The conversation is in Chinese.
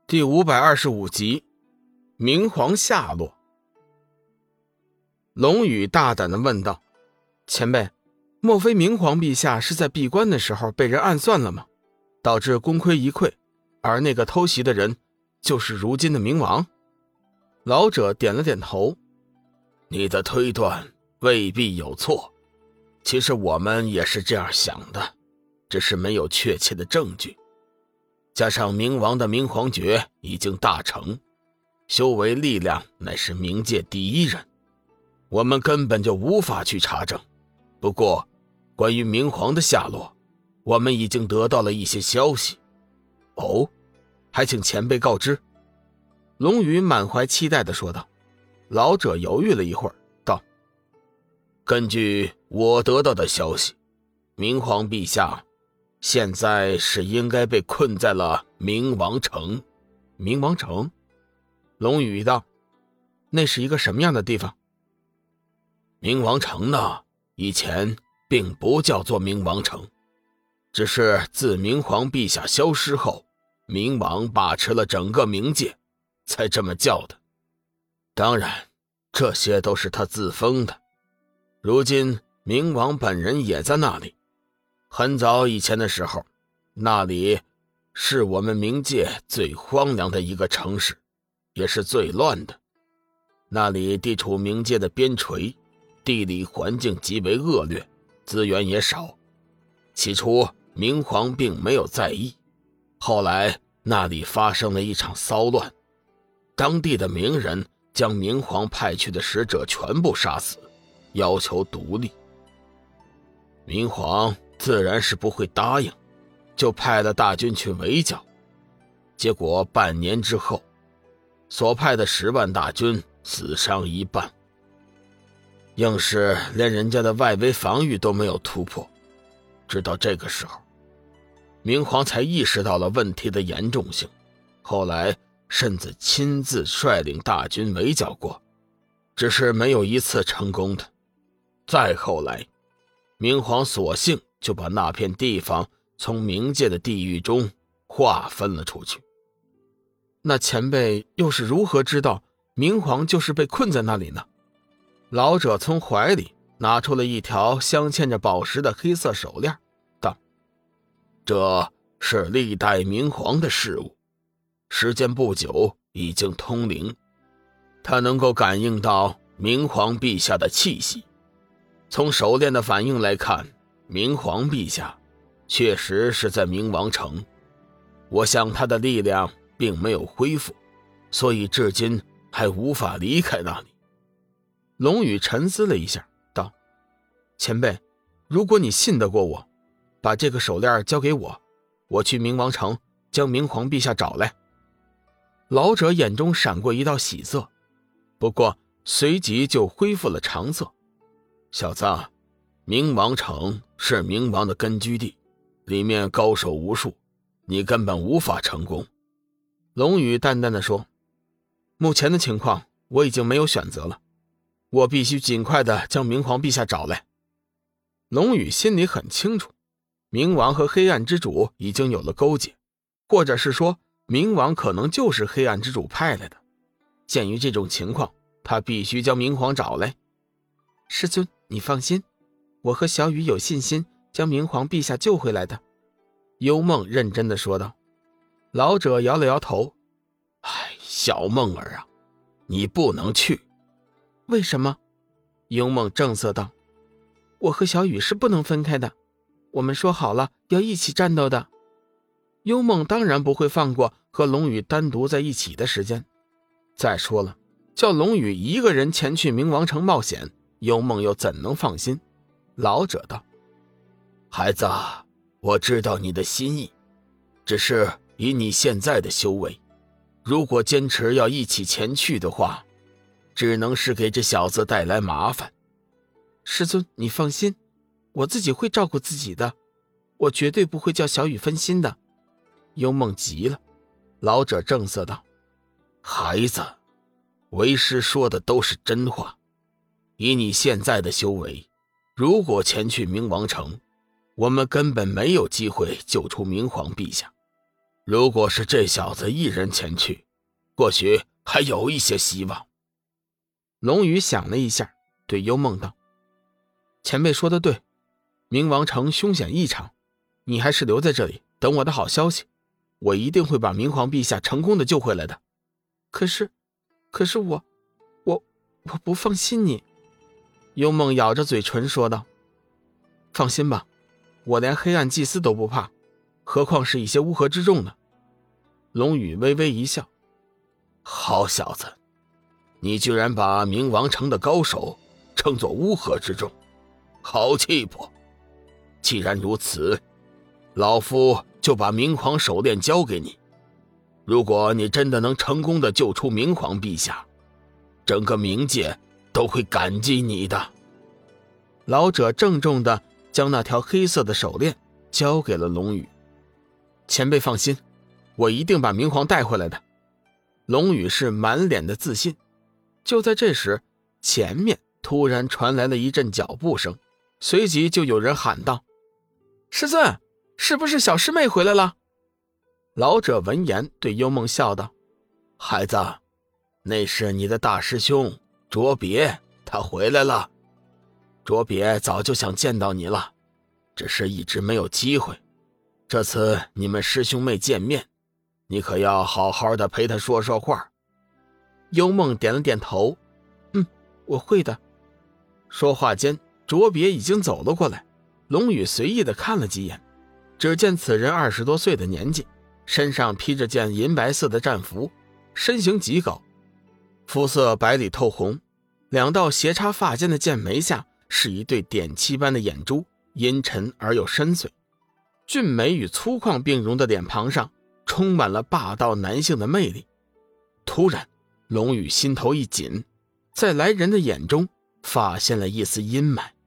第525集，明皇下落。龙宇大胆地问道：前辈，莫非明皇陛下是在闭关的时候被人暗算了吗？导致功亏一篑，而那个偷袭的人就是如今的明王？老者点了点头。 你的推断未必有错，其实我们也是这样想的，只是没有确切的证据。加上明王的明皇诀已经大成，修为力量乃是冥界第一人，我们根本就无法去查证。不过关于明皇的下落，我们已经得到了一些消息。 哦，还请前辈告知。龙宇满怀期待地说道。老者犹豫了一会儿，道： 根据我得到的消息，明皇陛下现在是应该被困在了冥王城。 冥王城？龙宇道：那是一个什么样的地方？ 冥王城呢，以前并不叫做冥王城，只是自明皇陛下消失后，冥王把持了整个冥界，才这么叫的。当然，这些都是他自封的。如今冥王本人也在那里。很早以前的时候，那里是我们冥界最荒凉的一个城市，也是最乱的。那里地处冥界的边陲，地理环境极为恶劣，资源也少。起初冥皇并没有在意，后来那里发生了一场骚乱，当地的冥人将冥皇派去的使者全部杀死，要求独立。冥皇自然是不会答应，就派了大军去围剿。结果半年之后，所派的10万大军死伤一半，硬是连人家的外围防御都没有突破。直到这个时候，冥皇才意识到了问题的严重性，后来甚至亲自率领大军围剿过，只是没有一次成功的。再后来，冥皇索性就把那片地方从冥界的地狱中划分了出去。 那前辈又是如何知道冥皇就是被困在那里呢？老者从怀里拿出了一条镶嵌着宝石的黑色手链，道： 这是历代冥皇的事物，时间不久已经通灵，他能够感应到冥皇陛下的气息。从手链的反应来看，冥皇陛下确实是在冥王城。我想他的力量并没有恢复，所以至今还无法离开那里。 龙宇沉思了一下，道：前辈，如果你信得过我，把这个手链交给我，我去冥王城将冥皇陛下找来。老者眼中闪过一道喜色，不过随即就恢复了常色。 小子，冥王城是冥王的根据地，里面高手无数，你根本无法成功。 龙宇淡淡地说：目前的情况我已经没有选择了，我必须尽快地将冥皇陛下找来。龙宇心里很清楚，冥王和黑暗之主已经有了勾结，或者是说冥王可能就是黑暗之主派来的。鉴于这种情况，他必须将冥皇找来。师尊，你放心，我和小雨有信心将冥皇陛下救回来的。幽梦认真地说道。老者摇了摇头： 小梦儿啊，你不能去。 为什么？幽梦正色道：我和小雨是不能分开的，我们说好了要一起战斗的。幽梦当然不会放过和龙宇单独在一起的时间。再说了，叫龙宇一个人前去冥王城冒险，幽梦又怎能放心？老者道： 孩子，我知道你的心意，只是以你现在的修为，如果坚持要一起前去的话，只能是给这小子带来麻烦。 师尊，你放心，我自己会照顾自己的，我绝对不会叫小雨分心的。幽梦急了。老者正色道： 孩子，为师说的都是真话。以你现在的修为，如果前去冥王城，我们根本没有机会救出冥皇陛下。 如果是这小子一人前去，或许还有一些希望。 龙宇想了一下，对幽梦道：前辈说的对，冥王城凶险异常，你还是留在这里等我的好消息，我一定会把明皇陛下成功的救回来的。可是我不放心你。幽梦咬着嘴唇说道：放心吧，我连黑暗祭司都不怕，何况是一些乌合之众呢？龙宇微微一笑： 好小子，你居然把冥王城的高手称作乌合之众，好气魄。既然如此，老夫就把明皇手链交给你。如果你真的能成功的救出明皇陛下，整个冥界都会感激你的。 老者郑重地将那条黑色的手链交给了龙宇。前辈放心，我一定把明皇带回来的。龙宇是满脸的自信。就在这时，前面突然传来了一阵脚步声，随即就有人喊道：师尊，是不是小师妹回来了？老者闻言对幽梦笑道： 孩子，那是你的大师兄卓别，他回来了。卓别早就想见到你了，只是一直没有机会。这次你们师兄妹见面，你可要好好的陪他说说话。 幽梦点了点头：我会的。说话间，卓别已经走了过来。龙宇随意的看了几眼，只见此人20多岁的年纪，身上披着件银白色的战服，身形极高，肤色白里透红，两道斜插发间的剑眉下是一对点漆般的眼珠，阴沉而又深邃。俊美与粗犷并容的脸庞上充满了霸道男性的魅力。突然，龙宇心头一紧，在来人的眼中发现了一丝阴霾。